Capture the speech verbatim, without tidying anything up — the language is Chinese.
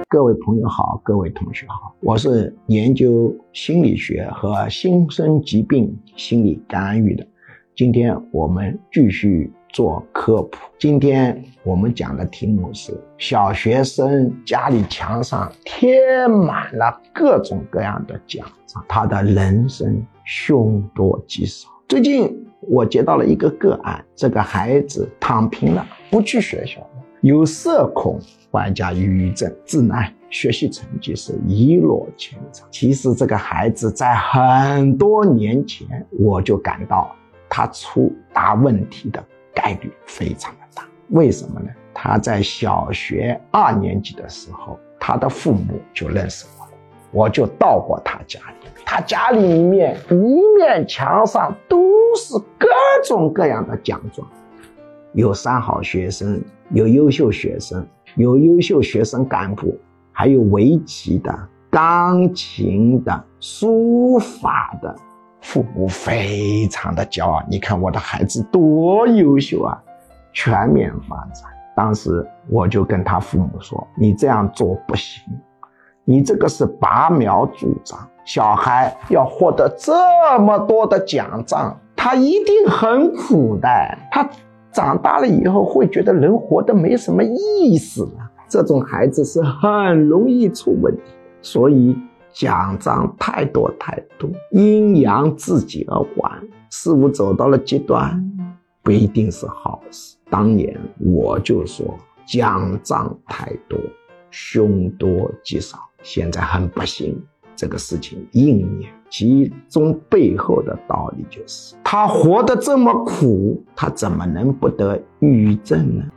各位朋友好，各位同学好，我是研究心理学和新生疾病心理干预的。今天我们继续做科普。今天我们讲的题目是小学生家里墙上贴满了各种各样的奖状，他的人生凶多吉少。最近我接到了一个个案，这个孩子躺平了，不去学校了，有社恐，外加抑郁症，自爱，学习成绩是一落千丈。其实这个孩子在很多年前我就感到他出大问题的概率非常的大。为什么呢？他在小学二年级的时候，他的父母就认识我了，我就到过他家里，他家里面一面墙上都是各种各样的奖状，有三好学生，有优秀学生，有优秀学生干部，还有围棋的、钢琴的、书法的。父母非常的骄傲，你看我的孩子多优秀啊，全面发展。当时我就跟他父母说，你这样做不行，你这个是拔苗助长，小孩要获得这么多的奖状，他一定很苦的，他长大了以后会觉得人活得没什么意思了，这种孩子是很容易出问题。所以奖状太多太多，阴阳自己而玩，事物走到了极端，不一定是好事。当年我就说奖状太多，凶多吉少。现在很不幸，这个事情应验，其中背后的道理就是他活得这么苦，他怎么能不得抑郁症呢？